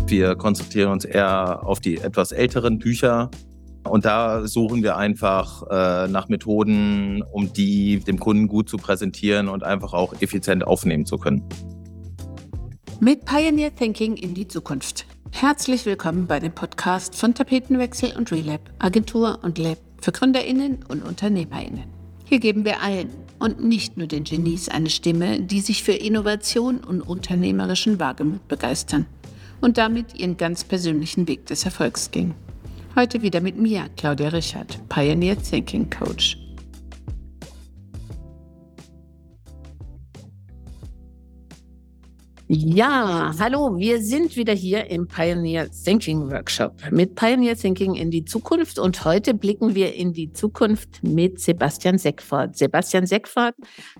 Wir konzentrieren uns eher auf die etwas älteren Bücher. Und da suchen wir einfach nach Methoden, um die dem Kunden gut zu präsentieren und einfach auch effizient aufnehmen zu können. Mit Pioneer Thinking in die Zukunft. Herzlich willkommen bei dem Podcast von Tapetenwechsel und Relab, Agentur und Lab für GründerInnen und UnternehmerInnen. Hier geben wir allen und nicht nur den Genies eine Stimme, die sich für Innovation und unternehmerischen Wagemut begeistern und damit ihren ganz persönlichen Weg des Erfolgs gehen. Heute wieder mit mir, Claudia Richard, Pioneer Thinking Coach. Ja, hallo, wir sind wieder hier im Pioneer Thinking Workshop mit Pioneer Thinking in die Zukunft und heute blicken wir in die Zukunft mit Sebastian Seckfort. Sebastian Seckfort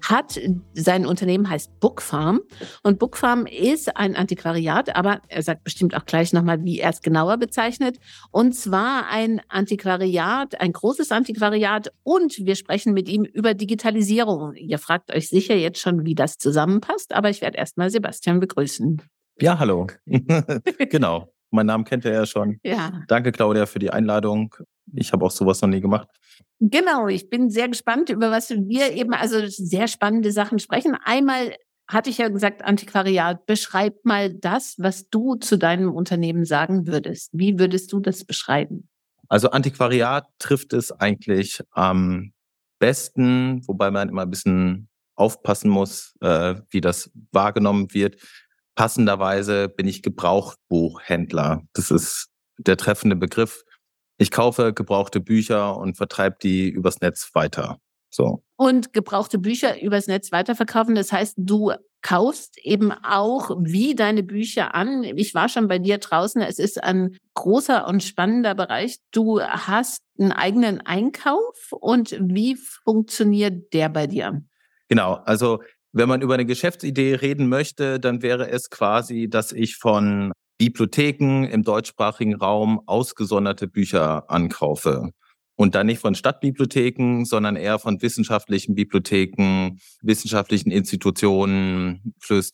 sein Unternehmen heißt Bookfarm und Bookfarm ist ein Antiquariat, aber er sagt bestimmt auch gleich nochmal, wie er es genauer bezeichnet, und zwar ein Antiquariat, ein großes Antiquariat, und wir sprechen mit ihm über Digitalisierung. Ihr fragt euch sicher jetzt schon, wie das zusammenpasst, aber ich werde erstmal Sebastian begrüßen. Ja, hallo. Genau, meinen Namen kennt ihr ja schon. Ja. Danke, Claudia, für die Einladung. Ich habe auch sowas noch nie gemacht. Genau, ich bin sehr gespannt, über was wir eben, also sehr spannende Sachen sprechen. Einmal hatte ich ja gesagt, Antiquariat. Beschreib mal das, was du zu deinem Unternehmen sagen würdest. Wie würdest du das beschreiben? Also Antiquariat trifft es eigentlich am besten, wobei man immer ein bisschen aufpassen muss, wie das wahrgenommen wird. Passenderweise bin ich Gebrauchtbuchhändler. Das ist der treffende Begriff. Ich kaufe gebrauchte Bücher und vertreibe die übers Netz weiter. So. Und gebrauchte Bücher übers Netz weiterverkaufen, das heißt, du kaufst eben auch wie deine Bücher an. Ich war schon bei dir draußen, es ist ein großer und spannender Bereich. Du hast einen eigenen Einkauf und wie funktioniert der bei dir? Genau, also wenn man über eine Geschäftsidee reden möchte, dann wäre es quasi, dass ich von Bibliotheken im deutschsprachigen Raum ausgesonderte Bücher ankaufe. Und dann nicht von Stadtbibliotheken, sondern eher von wissenschaftlichen Bibliotheken, wissenschaftlichen Institutionen,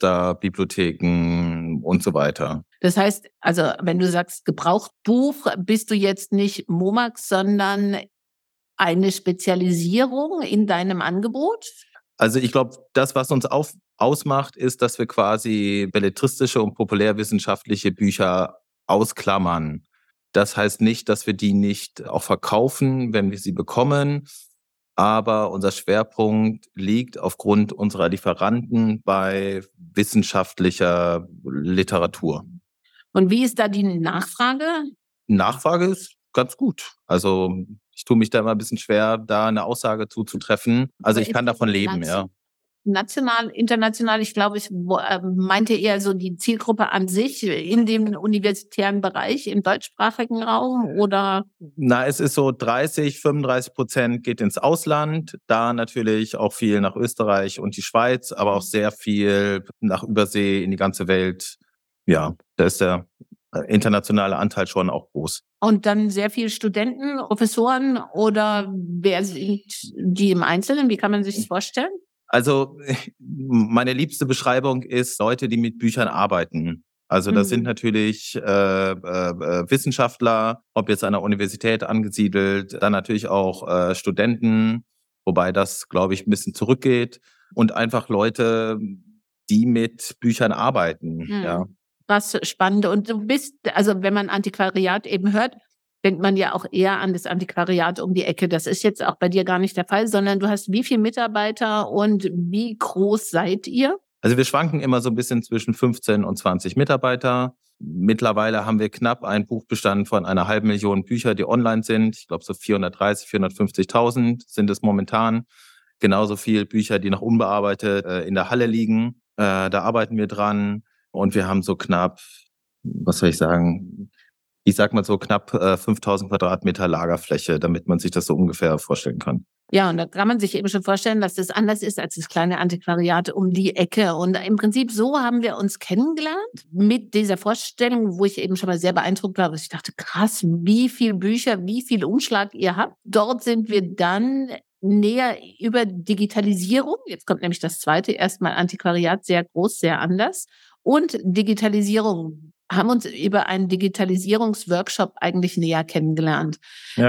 Klösterbibliotheken und so weiter. Das heißt, also wenn du sagst Gebrauchtbuch, bist du jetzt nicht Momax, sondern eine Spezialisierung in deinem Angebot? Also ich glaube, das, was uns ausmacht, ist, dass wir quasi belletristische und populärwissenschaftliche Bücher ausklammern. Das heißt nicht, dass wir die nicht auch verkaufen, wenn wir sie bekommen. Aber unser Schwerpunkt liegt aufgrund unserer Lieferanten bei wissenschaftlicher Literatur. Und wie ist da die Nachfrage? Nachfrage ist ganz gut. Also ich tue mich da immer ein bisschen schwer, da eine Aussage zuzutreffen. Also ich kann davon leben, ja. National, international, ich glaube, ich meinte eher so die Zielgruppe an sich in dem universitären Bereich, im deutschsprachigen Raum, oder? Na, es ist so 30-35% geht ins Ausland, da natürlich auch viel nach Österreich und die Schweiz, aber auch sehr viel nach Übersee in die ganze Welt. Ja, da ist der internationale Anteil schon auch groß. Und dann sehr viele Studenten, Professoren, oder wer sind die im Einzelnen? Wie kann man sich das vorstellen? Also meine liebste Beschreibung ist Leute, die mit Büchern arbeiten. Also das sind natürlich Wissenschaftler, ob jetzt an der Universität angesiedelt, dann natürlich auch Studenten, wobei das, glaube ich, ein bisschen zurückgeht, und einfach Leute, die mit Büchern arbeiten. Ja. Was spannend. Und du bist, also wenn man Antiquariat eben hört, denkt man ja auch eher an das Antiquariat um die Ecke. Das ist jetzt auch bei dir gar nicht der Fall, sondern du hast wie viele Mitarbeiter und wie groß seid ihr? Also wir schwanken immer so ein bisschen zwischen 15 und 20 Mitarbeiter. Mittlerweile haben wir knapp einen Buchbestand von 500.000 Bücher, die online sind. Ich glaube, so 430.000, 450.000 sind es momentan. Genauso viel Bücher, die noch unbearbeitet in der Halle liegen. Da arbeiten wir dran. Und wir haben so knapp, was soll ich sagen, ich sag mal so knapp 5.000 Quadratmeter Lagerfläche, damit man sich das so ungefähr vorstellen kann. Ja, und da kann man sich eben schon vorstellen, dass das anders ist als das kleine Antiquariat um die Ecke. Und im Prinzip so haben wir uns kennengelernt mit dieser Vorstellung, wo ich eben schon mal sehr beeindruckt war. Ich dachte, krass, wie viel Bücher, wie viel Umschlag ihr habt. Dort sind wir dann näher über Digitalisierung. Jetzt kommt nämlich das zweite, erstmal Antiquariat, sehr groß, sehr anders. Und Digitalisierung haben uns über einen Digitalisierungsworkshop eigentlich näher kennengelernt. Ja.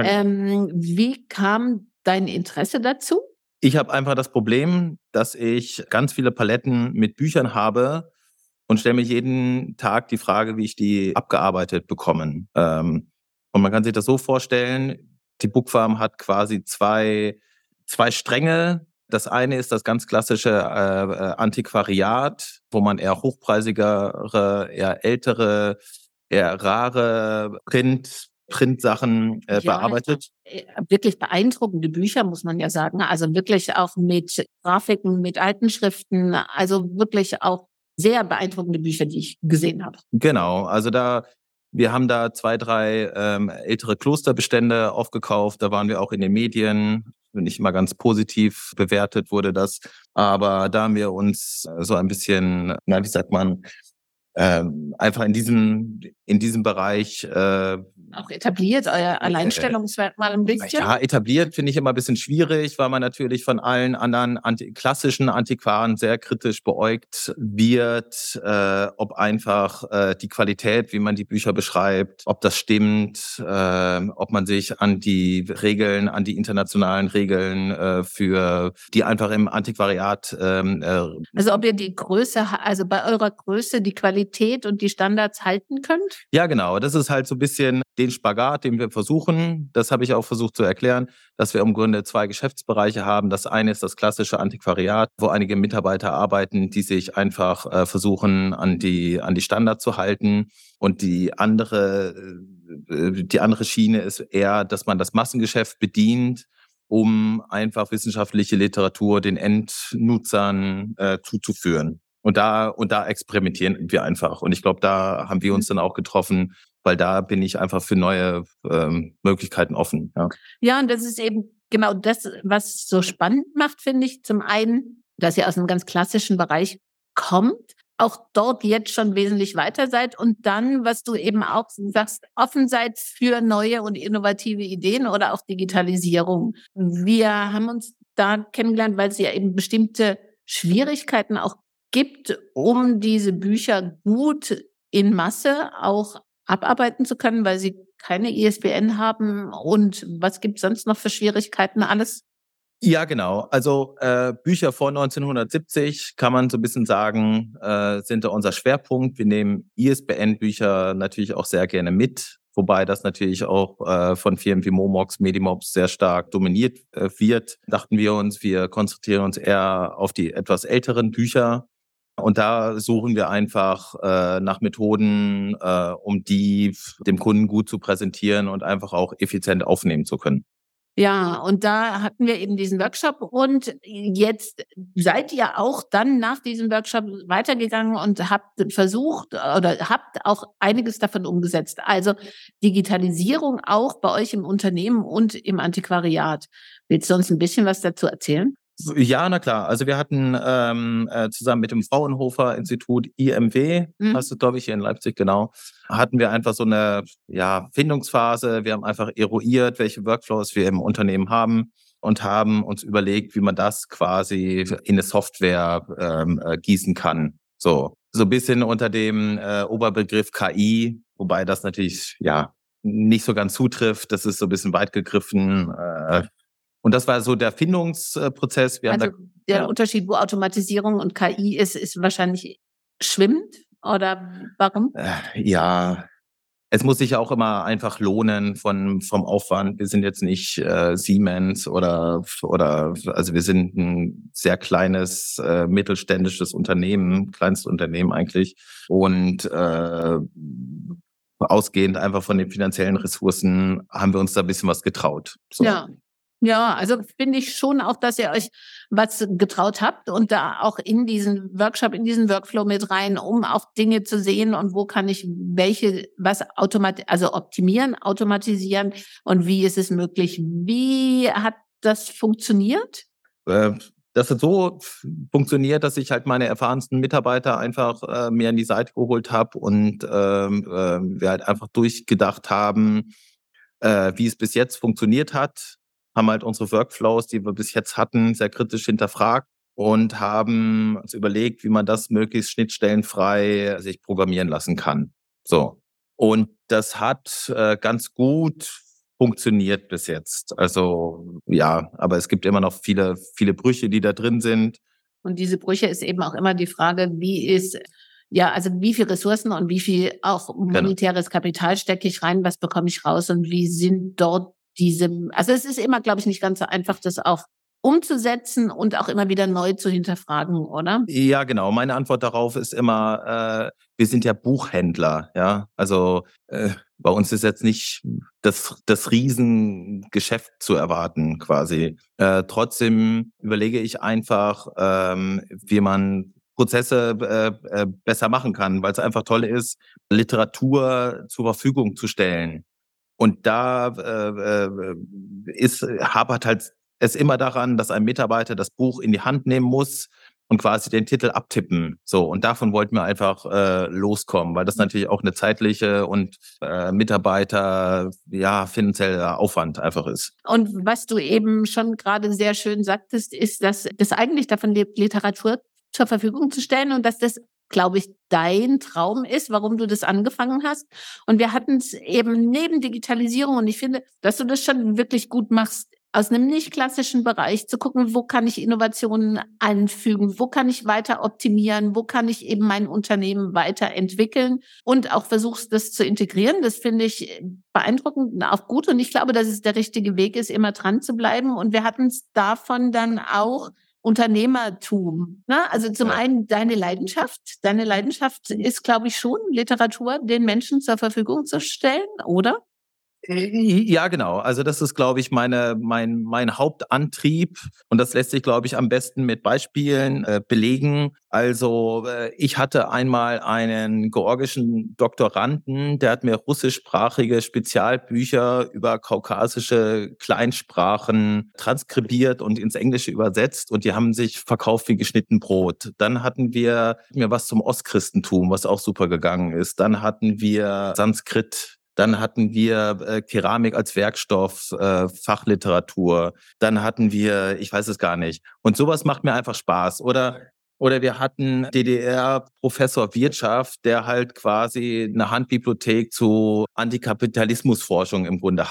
Wie kam dein Interesse dazu? Ich habe einfach das Problem, dass ich ganz viele Paletten mit Büchern habe und stelle mir jeden Tag die Frage, wie ich die abgearbeitet bekomme. Und man kann sich das so vorstellen, die Bookfarm hat quasi zwei Stränge. Das eine ist das ganz klassische Antiquariat, wo man eher hochpreisigere, eher ältere, eher rare Printsachen bearbeitet. Wirklich beeindruckende Bücher, muss man ja sagen. Also wirklich auch mit Grafiken, mit alten Schriften. Also wirklich auch sehr beeindruckende Bücher, die ich gesehen habe. Genau, also wir haben da 2, 3 ältere Klosterbestände aufgekauft. Da waren wir auch in den Medien. Nicht immer ganz positiv bewertet wurde das. Aber da haben wir uns so ein bisschen, wie sagt man, einfach in diesem Bereich auch etabliert, euer Alleinstellungsmerkmal ein bisschen? Ja, etabliert finde ich immer ein bisschen schwierig, weil man natürlich von allen anderen klassischen Antiquaren sehr kritisch beäugt wird, ob einfach die Qualität, wie man die Bücher beschreibt, ob das stimmt, ob man sich an die Regeln, an die internationalen Regeln für die einfach im Antiquariat also ob ihr die Größe, also bei eurer Größe die Qualität und die Standards halten könnt? Ja, genau. Das ist halt so ein bisschen den Spagat, den wir versuchen. Das habe ich auch versucht zu erklären, dass wir im Grunde 2 Geschäftsbereiche haben. Das eine ist das klassische Antiquariat, wo einige Mitarbeiter arbeiten, die sich einfach versuchen, an die Standards zu halten. Und die andere Schiene ist eher, dass man das Massengeschäft bedient, um einfach wissenschaftliche Literatur den Endnutzern zuzuführen. Und da experimentieren wir einfach. Und ich glaube, da haben wir uns dann auch getroffen, weil da bin ich einfach für neue Möglichkeiten offen. Ja, und das ist eben genau das, was es so spannend macht, finde ich. Zum einen, dass ihr aus einem ganz klassischen Bereich kommt, auch dort jetzt schon wesentlich weiter seid und dann, was du eben auch sagst, offen seid für neue und innovative Ideen oder auch Digitalisierung. Wir haben uns da kennengelernt, weil es ja eben bestimmte Schwierigkeiten auch gibt, um diese Bücher gut in Masse auch abarbeiten zu können, weil sie keine ISBN haben. Und was gibt es sonst noch für Schwierigkeiten? Alles? Ja, genau. Also Bücher vor 1970 kann man so ein bisschen sagen, sind da unser Schwerpunkt. Wir nehmen ISBN-Bücher natürlich auch sehr gerne mit, wobei das natürlich auch von Firmen wie Momox, Medimops sehr stark dominiert wird. Dachten wir uns, wir konzentrieren uns eher auf die etwas älteren Bücher. Und da suchen wir einfach nach Methoden, um die dem Kunden gut zu präsentieren und einfach auch effizient aufnehmen zu können. Ja, und da hatten wir eben diesen Workshop und jetzt seid ihr auch dann nach diesem Workshop weitergegangen und habt versucht oder habt auch einiges davon umgesetzt. Also Digitalisierung auch bei euch im Unternehmen und im Antiquariat. Willst du uns ein bisschen was dazu erzählen? Ja, na klar. Also wir hatten zusammen mit dem Fraunhofer-Institut IMW, hast du, glaube ich, hier in Leipzig, genau, hatten wir einfach so eine Findungsphase. Wir haben einfach eruiert, welche Workflows wir im Unternehmen haben und haben uns überlegt, wie man das quasi in eine Software gießen kann. So ein bisschen unter dem Oberbegriff KI, wobei das natürlich nicht so ganz zutrifft. Das ist so ein bisschen weit gegriffen. Und das war so der Findungsprozess. Der Unterschied, wo Automatisierung und KI ist wahrscheinlich schwimmend oder warum? Ja, es muss sich ja auch immer einfach lohnen vom Aufwand. Wir sind jetzt nicht Siemens oder also wir sind ein sehr kleines mittelständisches Unternehmen, kleinstes Unternehmen eigentlich. Und ausgehend einfach von den finanziellen Ressourcen haben wir uns da ein bisschen was getraut. So. Ja, also finde ich schon auch, dass ihr euch was getraut habt und da auch in diesen Workshop, in diesen Workflow mit rein, um auch Dinge zu sehen und wo kann ich optimieren, automatisieren und wie ist es möglich? Wie hat das funktioniert? Das hat so funktioniert, dass ich halt meine erfahrensten Mitarbeiter einfach mir an die Seite geholt habe und wir halt einfach durchgedacht haben, wie es bis jetzt funktioniert hat. Haben halt unsere Workflows, die wir bis jetzt hatten, sehr kritisch hinterfragt und haben uns überlegt, wie man das möglichst schnittstellenfrei sich programmieren lassen kann. So. Und das hat ganz gut funktioniert bis jetzt. Also ja, aber es gibt immer noch viele, viele Brüche, die da drin sind. Und diese Brüche ist eben auch immer die Frage, also wie viel Ressourcen und wie viel auch Genau. monetäres Kapital stecke ich rein, was bekomme ich raus und wie sind dort also es ist immer, glaube ich, nicht ganz so einfach, das auch umzusetzen und auch immer wieder neu zu hinterfragen, oder? Ja, genau. Meine Antwort darauf ist immer, wir sind ja Buchhändler, ja. Also bei uns ist jetzt nicht das Riesengeschäft zu erwarten, quasi. Trotzdem überlege ich einfach, wie man Prozesse besser machen kann, weil es einfach toll ist, Literatur zur Verfügung zu stellen. Und da hapert halt es immer daran, dass ein Mitarbeiter das Buch in die Hand nehmen muss und quasi den Titel abtippen. So, und davon wollten wir einfach loskommen, weil das natürlich auch eine zeitliche und Mitarbeiter, ja, finanzieller Aufwand einfach ist. Und was du eben schon gerade sehr schön sagtest, ist, dass das eigentlich davon lebt, Literatur zur Verfügung zu stellen und dass das, glaube ich, dein Traum ist, warum du das angefangen hast. Und wir hatten es eben neben Digitalisierung und ich finde, dass du das schon wirklich gut machst, aus einem nicht klassischen Bereich zu gucken, wo kann ich Innovationen einfügen, wo kann ich weiter optimieren, wo kann ich eben mein Unternehmen weiterentwickeln und auch versuchst, das zu integrieren. Das finde ich beeindruckend und auch gut. Und ich glaube, dass es der richtige Weg ist, immer dran zu bleiben. Und wir hatten es davon dann auch Unternehmertum. Ne? Also zum Ja. einen deine Leidenschaft. Deine Leidenschaft ist, glaube ich, schon Literatur den Menschen zur Verfügung zu stellen, oder? Ja, genau. Also das ist, glaube ich, mein Hauptantrieb und das lässt sich, glaube ich, am besten mit Beispielen belegen. Also ich hatte einmal einen georgischen Doktoranden, der hat mir russischsprachige Spezialbücher über kaukasische Kleinsprachen transkribiert und ins Englische übersetzt und die haben sich verkauft wie geschnitten Brot. Dann hatten wir mir was zum Ostchristentum, was auch super gegangen ist. Dann hatten wir Sanskrit. Dann hatten wir Keramik als Werkstoff, Fachliteratur. Dann hatten wir, ich weiß es gar nicht. Und sowas macht mir einfach Spaß. Oder wir hatten DDR-Professor Wirtschaft, der halt quasi eine Handbibliothek zu Antikapitalismusforschung im Grunde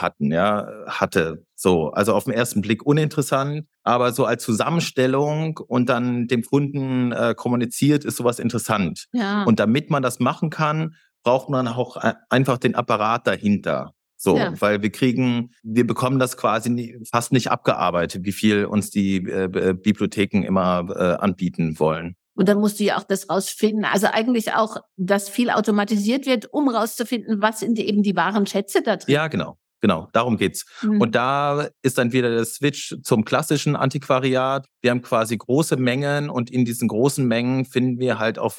hatte. So, also auf den ersten Blick uninteressant, aber so als Zusammenstellung und dann dem Kunden kommuniziert, ist sowas interessant. Ja, Und damit man das machen kann, braucht man auch einfach den Apparat dahinter. So, ja. weil wir bekommen das quasi fast nicht abgearbeitet, wie viel uns die Bibliotheken immer anbieten wollen. Und dann musst du ja auch das rausfinden. Also eigentlich auch, dass viel automatisiert wird, um rauszufinden, was sind eben die wahren Schätze da drin. Ja, genau. Genau, darum geht's. Mhm. Und da ist dann wieder der Switch zum klassischen Antiquariat. Wir haben quasi große Mengen und in diesen großen Mengen finden wir halt auch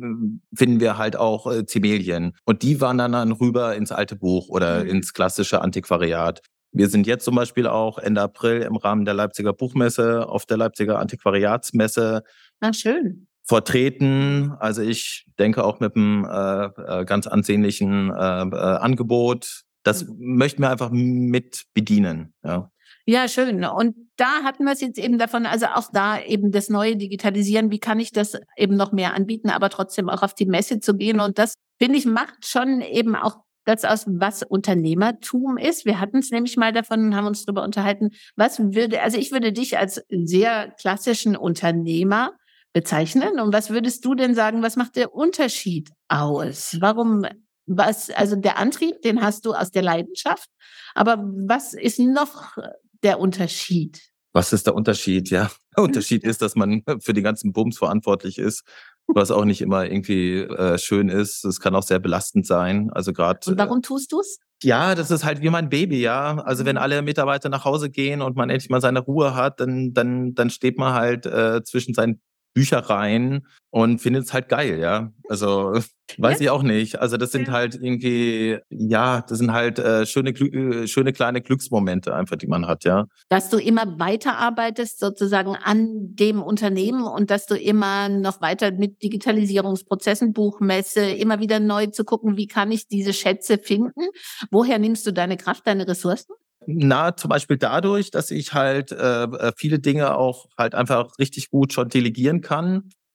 Zimelien. Und die wandern dann rüber ins alte Buch oder ins klassische Antiquariat. Wir sind jetzt zum Beispiel auch Ende April im Rahmen der Leipziger Buchmesse auf der Leipziger Antiquariatsmesse Na schön. vertreten. Also ich denke auch mit einem ganz ansehnlichen Angebot. Das möchten wir einfach mit bedienen. Ja. Ja, schön. Und da hatten wir es jetzt eben davon, also auch da eben das neue Digitalisieren, wie kann ich das eben noch mehr anbieten, aber trotzdem auch auf die Messe zu gehen. Und das, finde ich, macht schon eben auch das aus, was Unternehmertum ist. Wir hatten es nämlich mal davon und haben uns darüber unterhalten, also ich würde dich als sehr klassischen Unternehmer bezeichnen. Und was würdest du denn sagen, was macht der Unterschied aus? Also der Antrieb, den hast du aus der Leidenschaft, aber was ist noch der Unterschied? Was ist der Unterschied? Ja, der Unterschied ist, dass man für den ganzen Bums verantwortlich ist, was auch nicht immer irgendwie schön ist. Es kann auch sehr belastend sein. Also gerade Und warum tust du's? ja, das ist halt wie mein Baby, ja. Also wenn alle Mitarbeiter nach Hause gehen und man endlich mal seine Ruhe hat, dann steht man halt zwischen seinen Büchereien und findet es halt geil, ja. Also Ja, weiß ich auch nicht. Also das sind ja. halt irgendwie, ja, das sind halt schöne kleine Glücksmomente einfach, die man hat, ja. Dass du immer weiterarbeitest sozusagen an dem Unternehmen und dass du immer noch weiter mit Digitalisierungsprozessen, Buchmesse, immer wieder neu zu gucken, wie kann ich diese Schätze finden? Woher nimmst du deine Kraft, deine Ressourcen? Na, zum Beispiel dadurch, dass ich halt viele Dinge auch halt einfach richtig gut schon delegieren kann.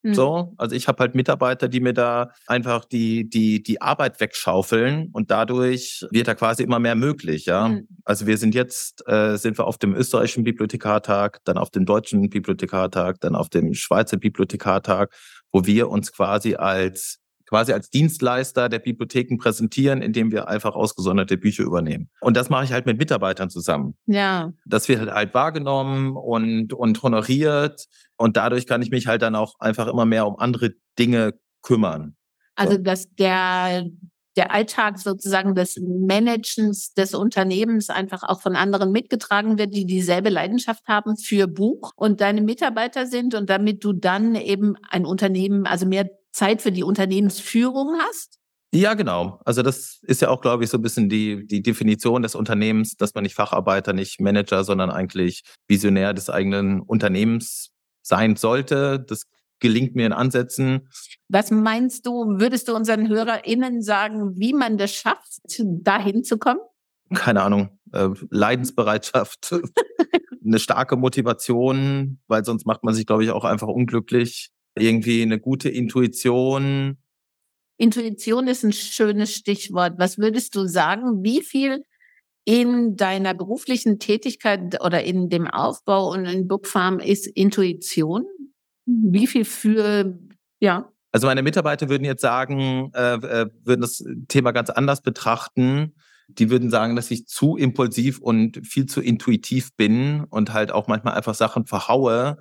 So, also ich habe halt Mitarbeiter, die mir da einfach die Arbeit wegschaufeln und dadurch wird da quasi immer mehr möglich, ja. Also wir sind jetzt, sind wir auf dem österreichischen Bibliothekartag, dann auf dem deutschen Bibliothekartag, dann auf dem Schweizer Bibliothekartag, wo wir uns quasi als Dienstleister der Bibliotheken präsentieren, indem wir einfach ausgesonderte Bücher übernehmen. Und das mache ich halt mit Mitarbeitern zusammen. Ja. Das wird halt wahrgenommen und honoriert. Und dadurch kann ich mich halt dann auch einfach immer mehr um andere Dinge kümmern. Also, dass der Alltag sozusagen des Managens des Unternehmens einfach auch von anderen mitgetragen wird, die dieselbe Leidenschaft haben für Buch und deine Mitarbeiter sind und damit du dann eben ein Unternehmen, also mehr Zeit für die Unternehmensführung hast? Ja, genau. Also das ist ja auch, glaube ich, so ein bisschen die Definition des Unternehmens, dass man nicht Facharbeiter, nicht Manager, sondern eigentlich Visionär des eigenen Unternehmens sein sollte. Das gelingt mir in Ansätzen. Was meinst du, würdest du unseren HörerInnen sagen, wie man das schafft, dahin zu kommen? Keine Ahnung, Leidensbereitschaft, eine starke Motivation, weil sonst macht man sich, glaube ich, auch einfach unglücklich. Irgendwie eine gute Intuition. Intuition ist ein schönes Stichwort. Was würdest du sagen, wie viel in deiner beruflichen Tätigkeit oder in dem Aufbau und in Bookfarm ist Intuition? Wie viel ja? Also meine Mitarbeiter würden jetzt sagen, würden das Thema ganz anders betrachten. Die würden sagen, dass ich zu impulsiv und viel zu intuitiv bin und halt auch manchmal einfach Sachen verhaue.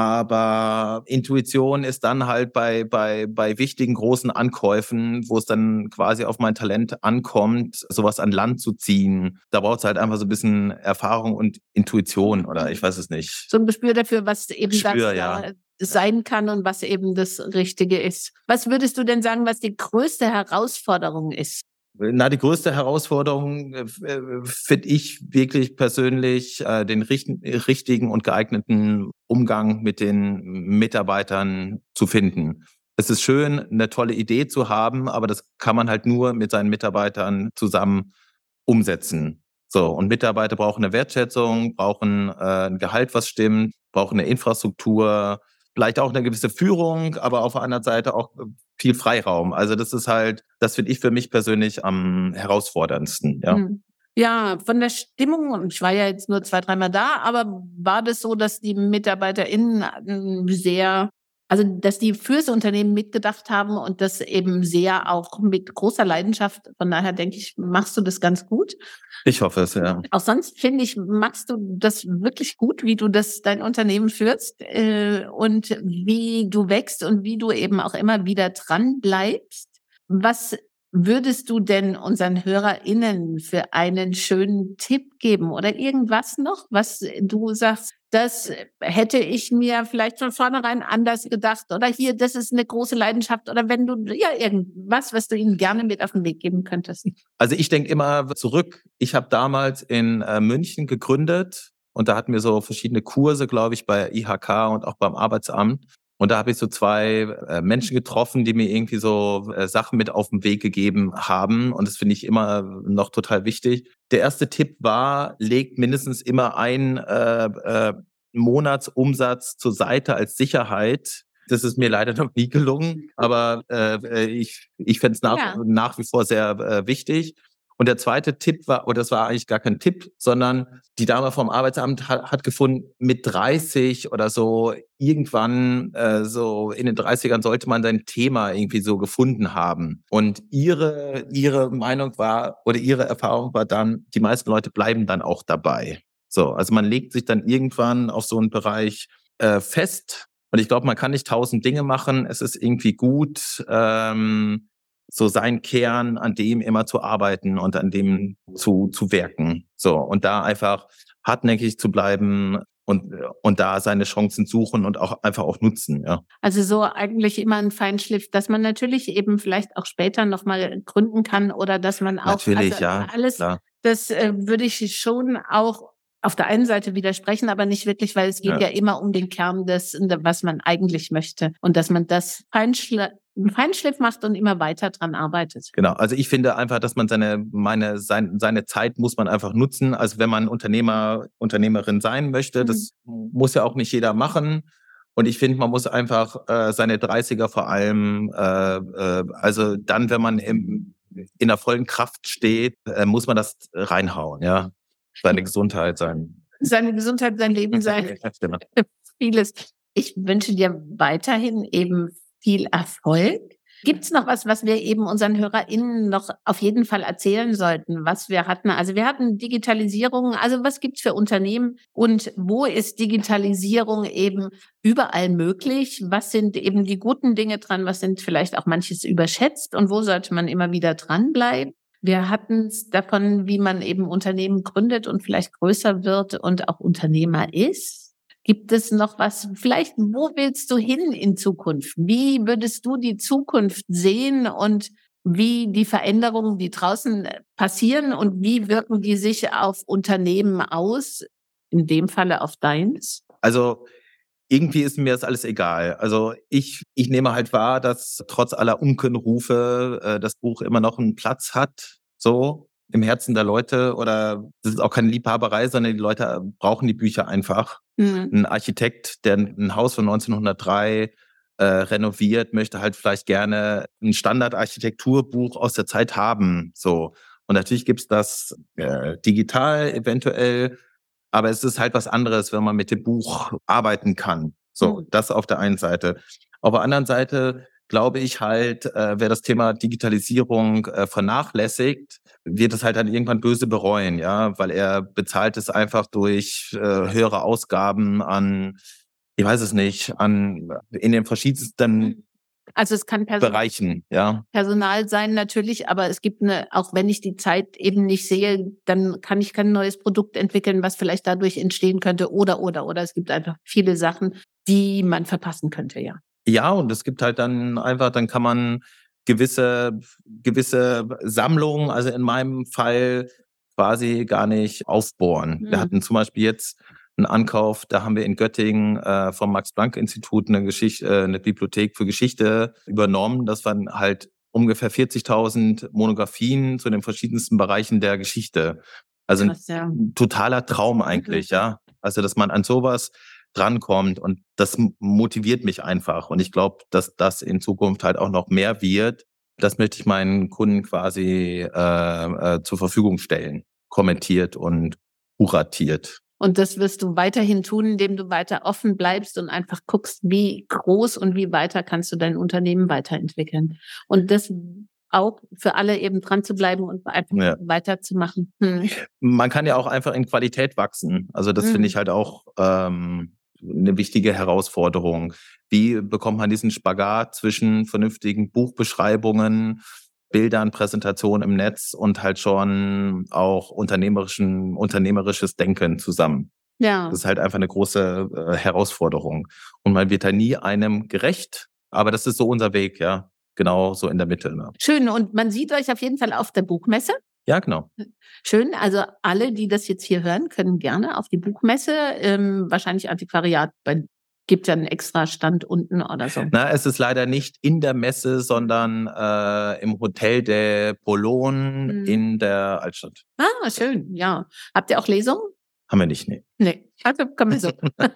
Aber Intuition ist dann halt bei wichtigen großen Ankäufen, wo es dann quasi auf mein Talent ankommt, sowas an Land zu ziehen. Da braucht es halt einfach so ein bisschen Erfahrung und Intuition oder ich weiß es nicht. So ein Gespür dafür, was eben ja. sein kann und was eben das Richtige ist. Was würdest du denn sagen, was die größte Herausforderung ist? Na, die größte Herausforderung finde ich wirklich persönlich den richtigen und geeigneten Umgang mit den Mitarbeitern zu finden. Es ist schön, eine tolle Idee zu haben, aber das kann man halt nur mit seinen Mitarbeitern zusammen umsetzen. So, und Mitarbeiter brauchen eine Wertschätzung, brauchen ein Gehalt, was stimmt, brauchen eine Infrastruktur, vielleicht auch eine gewisse Führung, aber auf der anderen Seite auch viel Freiraum. Also das finde ich für mich persönlich am herausforderndsten, ja. Ja, von der Stimmung, ich war ja jetzt nur 2, 3 Mal da, aber war das so, dass die MitarbeiterInnen dass die fürs Unternehmen mitgedacht haben und das eben sehr auch mit großer Leidenschaft. Von daher denke ich, machst du das ganz gut. Ich hoffe es, ja. Auch sonst finde ich, machst du das wirklich gut, wie du dein Unternehmen führst und wie du wächst und wie du eben auch immer wieder dran bleibst. Was würdest du denn unseren HörerInnen für einen schönen Tipp geben oder irgendwas noch, was du sagst, das hätte ich mir vielleicht von vornherein anders gedacht oder hier, das ist eine große Leidenschaft oder wenn du, ja, irgendwas, was du ihnen gerne mit auf den Weg geben könntest? Also ich denke immer zurück. Ich habe damals in München gegründet und da hatten wir so verschiedene Kurse, glaube ich, bei IHK und auch beim Arbeitsamt. Und da habe ich so 2 Menschen getroffen, die mir irgendwie so Sachen mit auf den Weg gegeben haben. Und das finde ich immer noch total wichtig. Der erste Tipp war, legt mindestens immer einen Monatsumsatz zur Seite als Sicherheit. Das ist mir leider noch nie gelungen, aber ich fände es nach wie vor sehr wichtig. Und der zweite Tipp war, oder das war eigentlich gar kein Tipp, sondern die Dame vom Arbeitsamt hat gefunden, mit 30 oder so irgendwann so in den 30ern sollte man sein Thema irgendwie so gefunden haben. Und ihre Meinung war oder ihre Erfahrung war dann, die meisten Leute bleiben dann auch dabei. So, also man legt sich dann irgendwann auf so einen Bereich fest. Und ich glaube, man kann nicht 1000 Dinge machen. Es ist irgendwie gut, so sein Kern, an dem immer zu arbeiten und an dem zu werken. So, und da einfach hartnäckig zu bleiben und da seine Chancen suchen und auch einfach auch nutzen, ja. Also so eigentlich immer ein Feinschliff, dass man natürlich eben vielleicht auch später nochmal gründen kann oder dass man auch natürlich, alles, klar. Das würde ich schon auch auf der einen Seite widersprechen, aber nicht wirklich, weil es geht ja immer um den Kern was man eigentlich möchte und dass man das einen Feinschliff macht und immer weiter dran arbeitet. Genau, also ich finde einfach, dass man seine Zeit muss man einfach nutzen. Also wenn man Unternehmerin sein möchte, das muss ja auch nicht jeder machen. Und ich finde, man muss einfach seine 30er vor allem, also dann, wenn man in der vollen Kraft steht, muss man das reinhauen, ja. Seine Gesundheit, Seine Gesundheit, sein Leben, sein Genau. vieles. Ich wünsche dir weiterhin eben viel Erfolg. Gibt es noch was wir eben unseren HörerInnen noch auf jeden Fall erzählen sollten, was wir hatten? Also wir hatten Digitalisierung, also was gibt es für Unternehmen und wo ist Digitalisierung eben überall möglich? Was sind eben die guten Dinge dran? Was sind vielleicht auch manches überschätzt und wo sollte man immer wieder dranbleiben? Wir hatten es davon, wie man eben Unternehmen gründet und vielleicht größer wird und auch Unternehmer ist. Gibt es noch was? Vielleicht, wo willst du hin in Zukunft? Wie würdest du die Zukunft sehen und wie die Veränderungen, die draußen passieren und wie wirken die sich auf Unternehmen aus? In dem Falle auf deins? Also irgendwie ist mir das alles egal. Also ich nehme halt wahr, dass trotz aller Unkenrufe das Buch immer noch einen Platz hat, so im Herzen der Leute. Oder das ist auch keine Liebhaberei, sondern die Leute brauchen die Bücher einfach. Ein Architekt, der ein Haus von 1903 renoviert, möchte halt vielleicht gerne ein Standardarchitekturbuch aus der Zeit haben. So. Und natürlich gibt's das digital eventuell, aber es ist halt was anderes, wenn man mit dem Buch arbeiten kann. So, das auf der einen Seite. Auf der anderen Seite glaube ich halt, wer das Thema Digitalisierung vernachlässigt, wird es halt dann irgendwann böse bereuen, ja, weil er bezahlt es einfach durch höhere Ausgaben an, ich weiß es nicht, in den verschiedensten Also es kann Bereichen, ja. Personal sein natürlich, aber es gibt auch wenn ich die Zeit eben nicht sehe, dann kann ich kein neues Produkt entwickeln, was vielleicht dadurch entstehen könnte oder. Es gibt einfach viele Sachen, die man verpassen könnte, ja. Ja, und es gibt halt dann einfach, dann kann man gewisse Sammlungen, also in meinem Fall quasi gar nicht aufbohren. Wir hatten zum Beispiel jetzt einen Ankauf, da haben wir in Göttingen vom Max-Planck-Institut eine Bibliothek für Geschichte übernommen. Das waren halt ungefähr 40.000 Monographien zu den verschiedensten Bereichen der Geschichte. Also ein totaler Traum eigentlich, ja. Also, dass man an sowas drankommt und das motiviert mich einfach. Und ich glaube, dass das in Zukunft halt auch noch mehr wird. Das möchte ich meinen Kunden quasi zur Verfügung stellen, kommentiert und kuratiert. Und das wirst du weiterhin tun, indem du weiter offen bleibst und einfach guckst, wie groß und wie weiter kannst du dein Unternehmen weiterentwickeln. Und das auch für alle eben dran zu bleiben und einfach weiterzumachen. Man kann ja auch einfach in Qualität wachsen. Also das finde ich halt auch eine wichtige Herausforderung. Wie bekommt man diesen Spagat zwischen vernünftigen Buchbeschreibungen, Bildern, Präsentationen im Netz und halt schon auch unternehmerisches Denken zusammen? Ja. Das ist halt einfach eine große Herausforderung. Und man wird da nie einem gerecht, aber das ist so unser Weg, ja. Genau so in der Mitte. Ne? Schön. Und man sieht euch auf jeden Fall auf der Buchmesse. Ja, genau. Schön. Also alle, die das jetzt hier hören, können gerne auf die Buchmesse. Wahrscheinlich Antiquariat. Gibt ja einen extra Stand unten oder so. Na, es ist leider nicht in der Messe, sondern im Hotel de Boulogne in der Altstadt. Ah, schön. Ja. Habt ihr auch Lesungen? Haben wir nicht, nee. Nee. Also können wir so.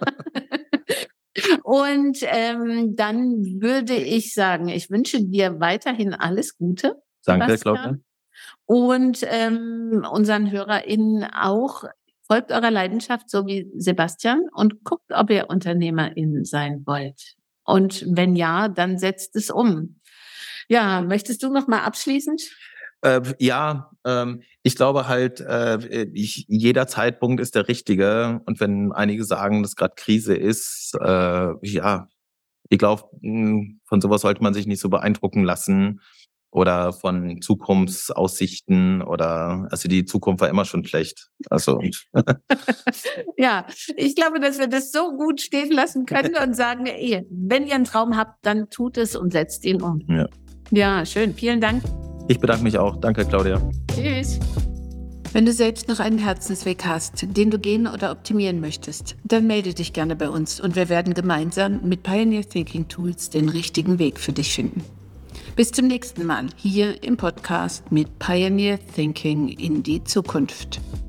Und dann würde ich sagen, ich wünsche dir weiterhin alles Gute. Danke, Claudia. Und unseren HörerInnen auch. Folgt eurer Leidenschaft, so wie Sebastian, und guckt, ob ihr UnternehmerInnen sein wollt. Und wenn ja, dann setzt es um. Ja, möchtest du noch mal abschließend? Ich glaube halt, jeder Zeitpunkt ist der richtige. Und wenn einige sagen, dass gerade Krise ist, ich glaube, von sowas sollte man sich nicht so beeindrucken lassen. Oder von Zukunftsaussichten also die Zukunft war immer schon schlecht. Also. Ja, ich glaube, dass wir das so gut stehen lassen können und sagen, wenn ihr einen Traum habt, dann tut es und setzt ihn um. Ja, schön. Vielen Dank. Ich bedanke mich auch. Danke, Claudia. Tschüss. Wenn du selbst noch einen Herzensweg hast, den du gehen oder optimieren möchtest, dann melde dich gerne bei uns und wir werden gemeinsam mit Pioneer Thinking Tools den richtigen Weg für dich finden. Bis zum nächsten Mal hier im Podcast mit Pioneer Thinking in die Zukunft.